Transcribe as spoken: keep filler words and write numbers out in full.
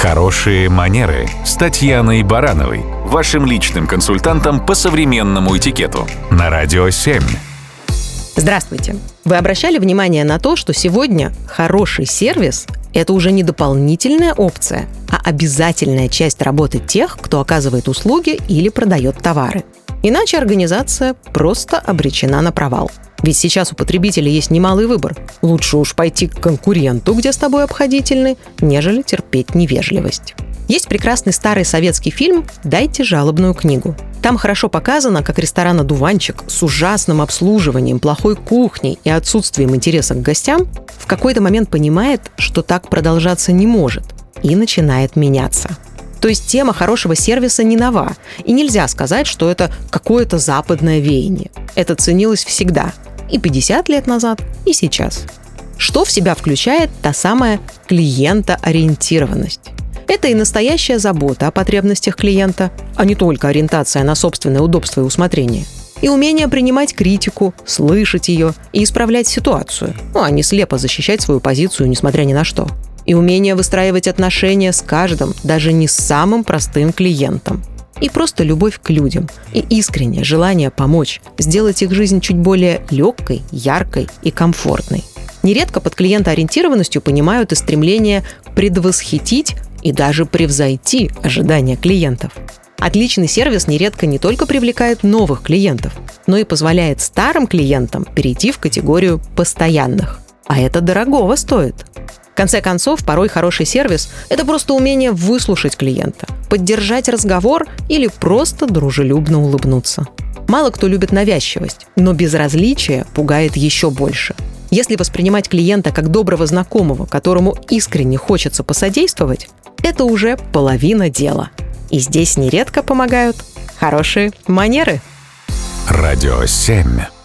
Хорошие манеры с Татьяной Барановой, вашим личным консультантом по современному этикету на Радио семь. Здравствуйте! Вы обращали внимание на то, что сегодня хороший сервис – это уже не дополнительная опция, а обязательная часть работы тех, кто оказывает услуги или продает товары. Иначе организация просто обречена на провал. Ведь сейчас у потребителя есть немалый выбор. Лучше уж пойти к конкуренту, где с тобой обходительны, нежели терпеть невежливость. Есть прекрасный старый советский фильм «Дайте жалобную книгу». Там хорошо показано, как ресторан «Одуванчик» с ужасным обслуживанием, плохой кухней и отсутствием интереса к гостям в какой-то момент понимает, что так продолжаться не может, и начинает меняться. То есть тема хорошего сервиса не нова, и нельзя сказать, что это какое-то западное веяние. Это ценилось всегда, и пятьдесят лет назад, и сейчас. Что в себя включает та самая клиентоориентированность? Это и настоящая забота о потребностях клиента, а не только ориентация на собственное удобство и усмотрение. И умение принимать критику, слышать ее и исправлять ситуацию, ну, а не слепо защищать свою позицию, несмотря ни на что. И умение выстраивать отношения с каждым, даже не с самым простым клиентом. И просто любовь к людям, и искреннее желание помочь, сделать их жизнь чуть более легкой, яркой и комфортной. Нередко под клиентоориентированностью понимают и стремление предвосхитить и даже превзойти ожидания клиентов. Отличный сервис нередко не только привлекает новых клиентов, но и позволяет старым клиентам перейти в категорию постоянных. А это дорогого стоит. В конце концов, порой хороший сервис – это просто умение выслушать клиента, поддержать разговор или просто дружелюбно улыбнуться. Мало кто любит навязчивость, но безразличие пугает еще больше. Если воспринимать клиента как доброго знакомого, которому искренне хочется посодействовать, это уже половина дела. И здесь нередко помогают хорошие манеры. Радио семь.